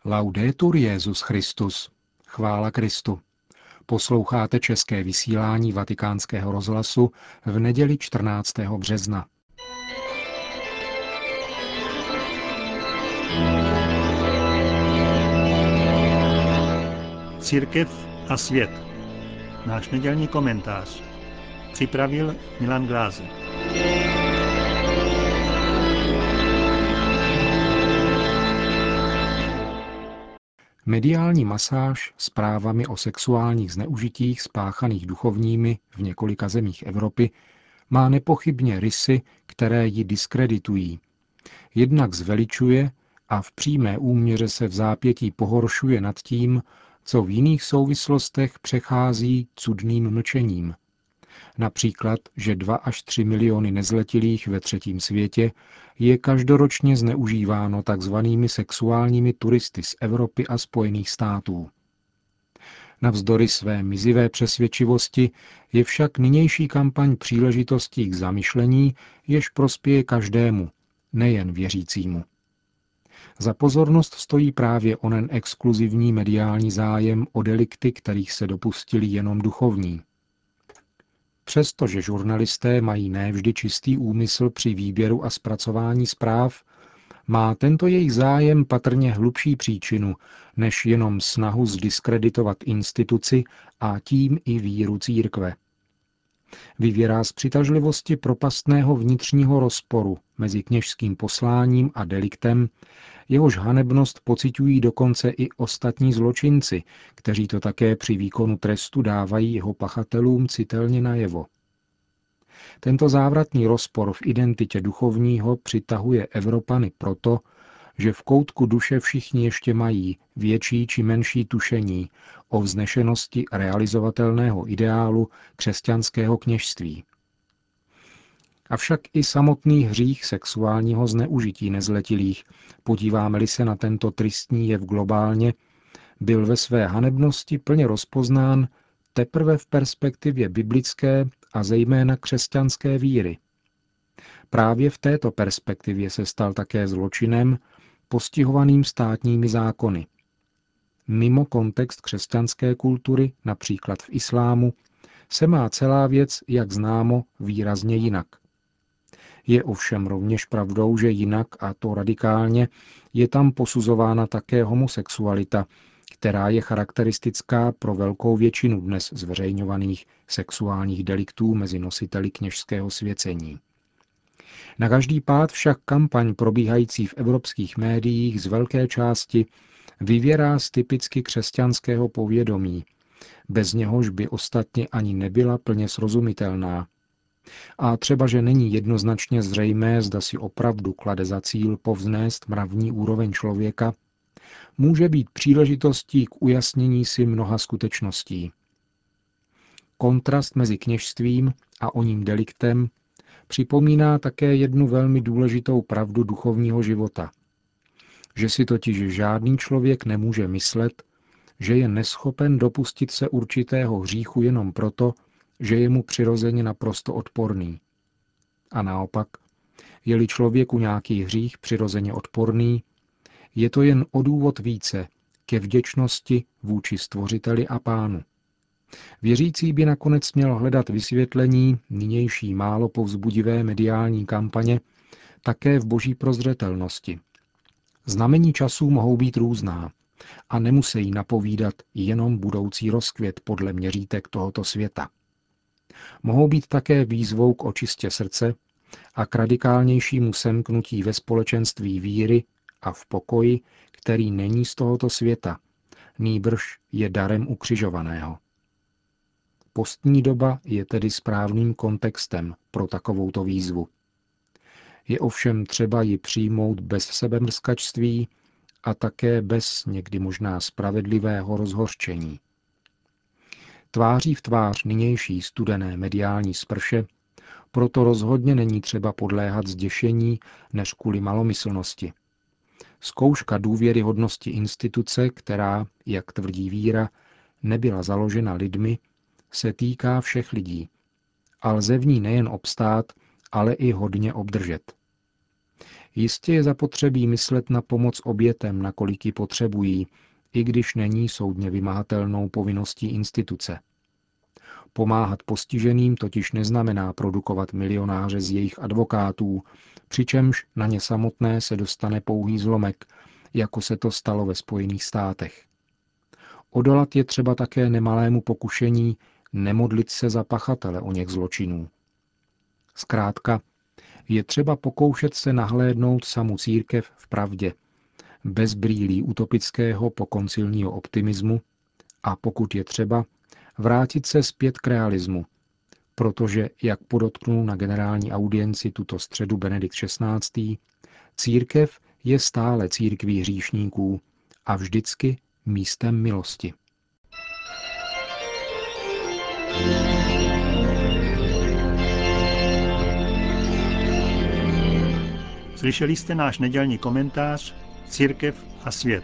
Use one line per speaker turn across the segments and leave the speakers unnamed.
Laudetur Jesus Christus. Chvála Kristu. Posloucháte české vysílání Vatikánského rozhlasu v neděli 14. března.
Církev a svět. Náš nedělní komentář. Připravil Milan Glázer.
Mediální masáž zprávami o sexuálních zneužitích spáchaných duchovními v několika zemích Evropy má nepochybně rysy, které ji diskreditují. Jednak zveličuje a v přímé úměře se vzápětí pohoršuje nad tím, co v jiných souvislostech přechází cudným mlčením. Například, že 2 až 3 miliony nezletilých ve třetím světě je každoročně zneužíváno takzvanými sexuálními turisty z Evropy a Spojených států. Navzdory své mizivé přesvědčivosti je však nynější kampaň příležitostí k zamyšlení, jež prospěje každému, nejen věřícímu. Za pozornost stojí právě onen exkluzivní mediální zájem o delikty, kterých se dopustili jenom duchovní. Přestože žurnalisté mají nevždy čistý úmysl při výběru a zpracování zpráv, má tento jejich zájem patrně hlubší příčinu, než jenom snahu zdiskreditovat instituci a tím i víru církve. Vyvěrá z přitažlivosti propastného vnitřního rozporu mezi kněžským posláním a deliktem, jehož hanebnost pociťují dokonce i ostatní zločinci, kteří to také při výkonu trestu dávají jeho pachatelům citelně najevo. Tento závratný rozpor v identitě duchovního přitahuje Evropany proto, že v koutku duše všichni ještě mají větší či menší tušení o vznešenosti realizovatelného ideálu křesťanského kněžství. Avšak i samotný hřích sexuálního zneužití nezletilých, podíváme-li se na tento tristní jev globálně, byl ve své hanebnosti plně rozpoznán teprve v perspektivě biblické a zejména křesťanské víry. Právě v této perspektivě se stal také zločinem, postihovaným státními zákony. Mimo kontext křesťanské kultury, například v islámu, se má celá věc, jak známo, výrazně jinak. Je ovšem rovněž pravdou, že jinak, a to radikálně, je tam posuzována také homosexualita, která je charakteristická pro velkou většinu dnes zveřejňovaných sexuálních deliktů mezi nositeli kněžského svěcení. Na každý pád však kampaň probíhající v evropských médiích z velké části vyvěrá z typicky křesťanského povědomí, bez něhož by ostatně ani nebyla plně srozumitelná. A třeba, že není jednoznačně zřejmé, zda si opravdu klade za cíl povznést mravní úroveň člověka, může být příležitostí k ujasnění si mnoha skutečností. Kontrast mezi kněžstvím a oním deliktem připomíná také jednu velmi důležitou pravdu duchovního života. Že si totiž žádný člověk nemůže myslet, že je neschopen dopustit se určitého hříchu jenom proto, že je mu přirozeně naprosto odporný. A naopak, je-li člověku nějaký hřích přirozeně odporný, je to jen o důvod více ke vděčnosti vůči Stvořiteli a Pánu. Věřící by nakonec měl hledat vysvětlení nynější málo povzbudivé mediální kampaně také v boží prozřetelnosti. Znamení časů mohou být různá a nemusejí napovídat jenom budoucí rozkvět podle měřítek tohoto světa. Mohou být také výzvou k očistě srdce a k radikálnějšímu semknutí ve společenství víry a v pokoji, který není z tohoto světa, nýbrž je darem ukřižovaného. Postní doba je tedy správným kontextem pro takovouto výzvu. Je ovšem třeba ji přijmout bez sebemrskačství a také bez někdy možná spravedlivého rozhořčení. Tváří v tvář nynější studené mediální sprše proto rozhodně není třeba podléhat zděšení než kvůli malomyslnosti. Zkouška důvěryhodnosti instituce, která, jak tvrdí víra, nebyla založena lidmi, se týká všech lidí a lze v ní nejen obstát, ale i hodně obdržet. Jistě je zapotřebí myslet na pomoc obětem, nakolik ji potřebují, i když není soudně vymahatelnou povinností instituce. Pomáhat postiženým totiž neznamená produkovat milionáře z jejich advokátů, přičemž na ně samotné se dostane pouhý zlomek, jako se to stalo ve Spojených státech. Odolat je třeba také nemalému pokušení nemodlit se za pachatele oněch zločinů. Zkrátka, je třeba pokoušet se nahlédnout samu církev v pravdě, bez brýlí utopického pokoncilního optimismu a pokud je třeba, vrátit se zpět k realismu, protože, jak podotknul na generální audienci tuto středu Benedikt XVI., církev je stále církví hříšníků a vždycky místem milosti.
Slyšeli jste náš nedělní komentář Církev a svět.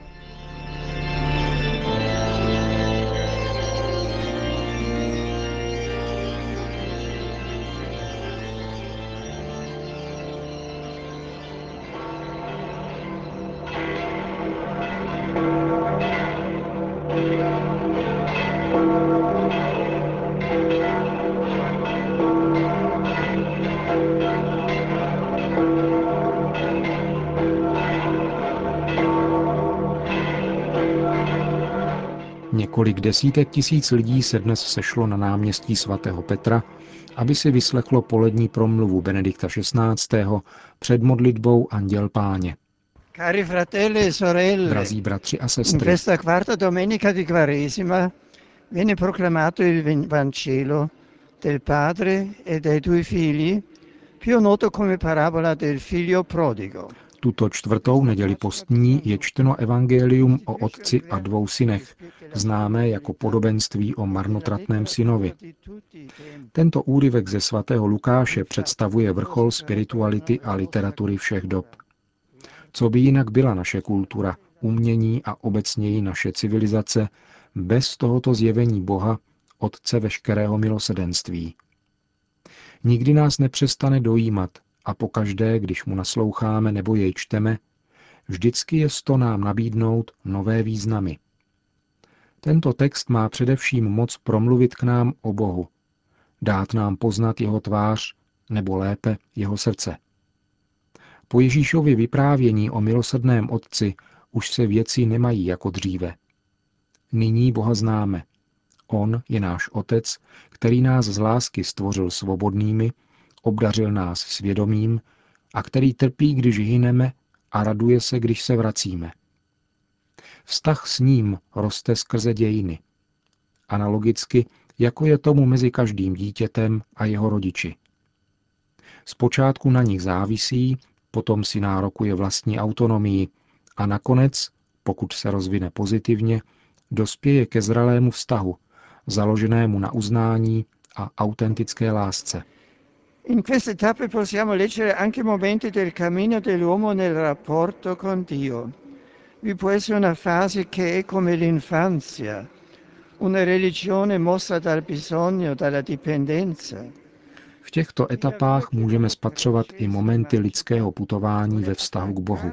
Několik desítek tisíc lidí se dnes sešlo na náměstí svatého Petra, aby si vyslechlo polední promluvu Benedikta XVI. Před modlitbou Anděl Páně.
Cari fratelli e sorelle,
Drazí bratři a
in
sestry,
questa quarta domenica di Quaresima viene proclamato il Vangelo del Padre e dei due figli, più noto come parabola del figlio prodigo.
tuto čtvrtou neděli postní je čteno evangelium o otci a dvou synech, známé jako podobenství o marnotratném synovi. Tento úryvek ze svatého Lukáše představuje vrchol spirituality a literatury všech dob. Co by jinak byla naše kultura, umění a obecněji naše civilizace bez tohoto zjevení Boha, Otce veškerého milosrdenství? Nikdy nás nepřestane dojímat a pokaždé, když mu nasloucháme nebo jej čteme, vždycky je sto nám nabídnout nové významy. Tento text má především moc promluvit k nám o Bohu, dát nám poznat jeho tvář, nebo lépe jeho srdce. Po Ježíšově vyprávění o milosrdném Otci už se věci nemají jako dříve. Nyní Boha známe. On je náš Otec, který nás z lásky stvořil svobodnými, obdařil nás svědomím a který trpí, když hyneme a raduje se, když se vracíme. Vztah s ním roste skrze dějiny. Analogicky, jako je tomu mezi každým dítětem a jeho rodiči. Zpočátku na nich závisí, potom si nárokuje vlastní autonomii a nakonec, pokud se rozvine pozitivně, dospěje ke zralému vztahu, založenému na uznání a autentické lásce.
In queste tappe possiamo leggere anche momenti del cammino dell'uomo nel rapporto con Dio. Vi può essere una fase che è come l'infanzia, una religione mossa dal bisogno, dalla dipendenza.
V těchto etapách můžeme spatřovat i momenty lidského putování ve vztahu k Bohu.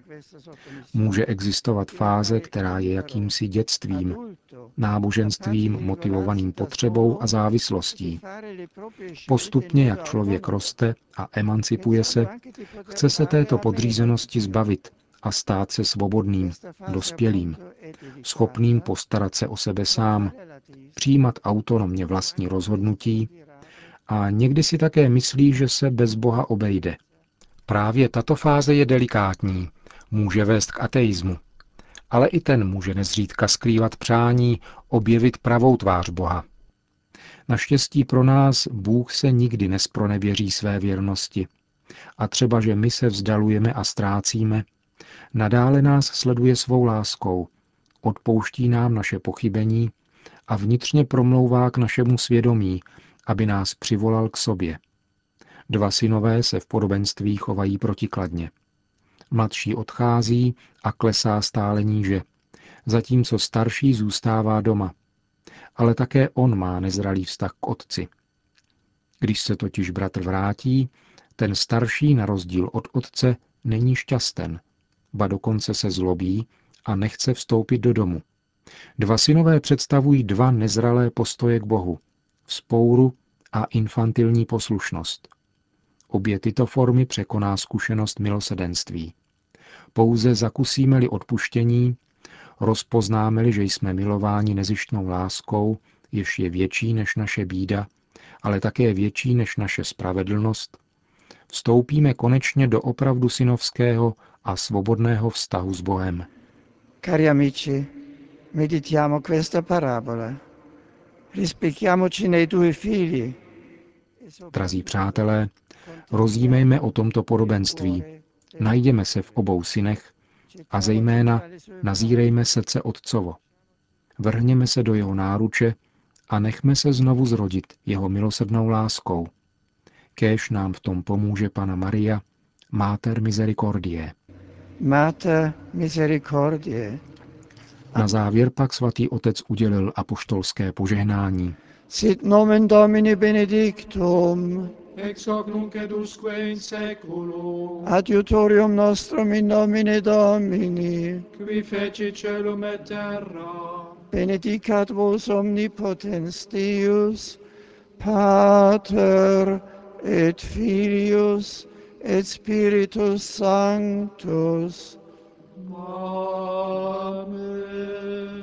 Může existovat fáze, která je jakýmsi dětstvím, náboženstvím motivovaným potřebou a závislostí. Postupně, jak člověk roste a emancipuje se, chce se této podřízenosti zbavit a stát se svobodným, dospělým, schopným postarat se o sebe sám, přijímat autonomně vlastní rozhodnutí a někdy si také myslí, že se bez Boha obejde. Právě tato fáze je delikátní, může vést k ateismu, ale i ten může nezřídka skrývat přání objevit pravou tvář Boha. Naštěstí pro nás Bůh se nikdy nespronevěří své věrnosti a třeba, že my se vzdalujeme a ztrácíme, nadále nás sleduje svou láskou, odpouští nám naše pochybení a vnitřně promlouvá k našemu svědomí, aby nás přivolal k sobě. Dva synové se v podobenství chovají protikladně. Mladší odchází a klesá stále níže, zatímco starší zůstává doma. Ale také on má nezralý vztah k otci. Když se totiž bratr vrátí, ten starší na rozdíl od otce není šťasten, ba dokonce se zlobí a nechce vstoupit do domu. Dva synové představují dva nezralé postoje k Bohu, vzpouru a infantilní poslušnost. Obě tyto formy překoná zkušenost milosedenství. Pouze zakusíme-li odpuštění, rozpoznáme-li, že jsme milováni nezištnou láskou, jež je větší než naše bída, ale také větší než naše spravedlnost, vstoupíme konečně do opravdu synovského a svobodného vztahu s Bohem.
Cari amici, meditiamo questa parabola. Rispecchiamoci nei due figli.
Drazí přátelé, rozjímejme o tomto podobenství, najdeme se v obou synech a zejména nazírejme srdce Otcovo. Vrhněme se do jeho náruče a nechme se znovu zrodit jeho milosrdnou láskou. Kéž nám v tom pomůže Panna Maria, Mater Misericordiae.
Mater Misericordiae.
Na závěr pak svatý otec udělil apoštolské požehnání.
Sit nomen Domini benedictum,
ex hoc nunc et usque in saeculum,
adiutorium nostrum in nomine Domini,
qui feci caelum et terra,
benedicat vos omnipotens Deus, Pater et Filius et Spiritus Sanctus.
Amen.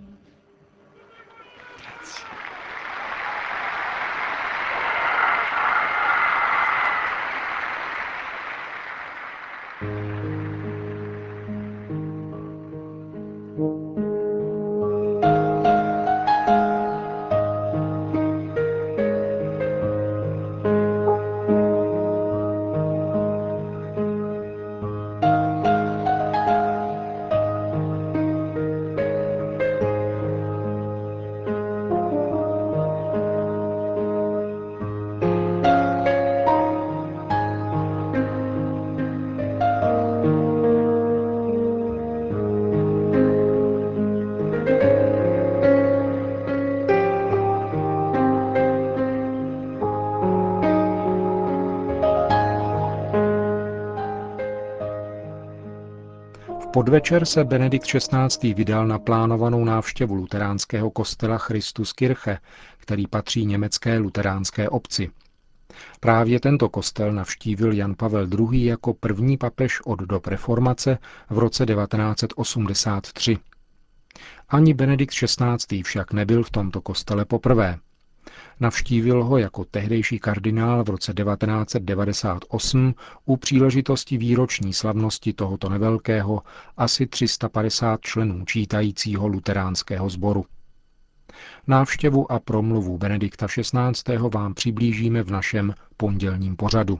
Podvečer se Benedikt XVI. Vydal na plánovanou návštěvu luteránského kostela Christuskirche, který patří německé luteránské obci. Právě tento kostel navštívil Jan Pavel II. Jako první papež od dob reformace v roce 1983. Ani Benedikt XVI. Však nebyl v tomto kostele poprvé. Navštívil ho jako tehdejší kardinál v roce 1998 u příležitosti výroční slavnosti tohoto nevelkého, asi 350 členů čítajícího luteránského sboru. Návštěvu a promluvu Benedikta XVI. Vám přiblížíme v našem pondělním pořadu.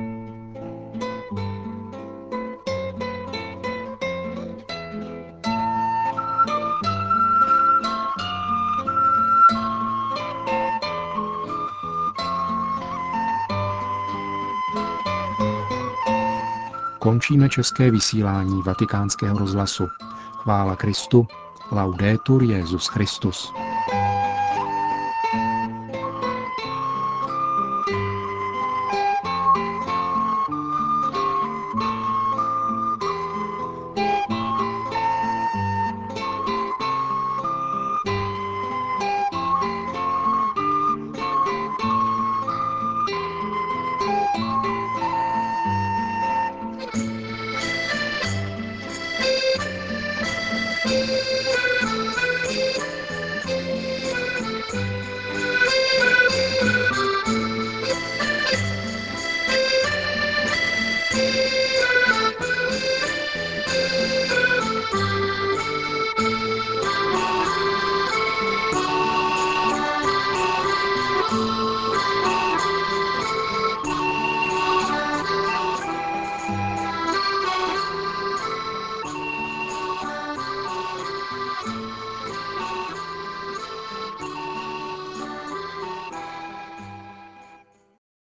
Končíme české vysílání Vatikánského rozhlasu. Chvála Kristu, laudetur Jesus Christus.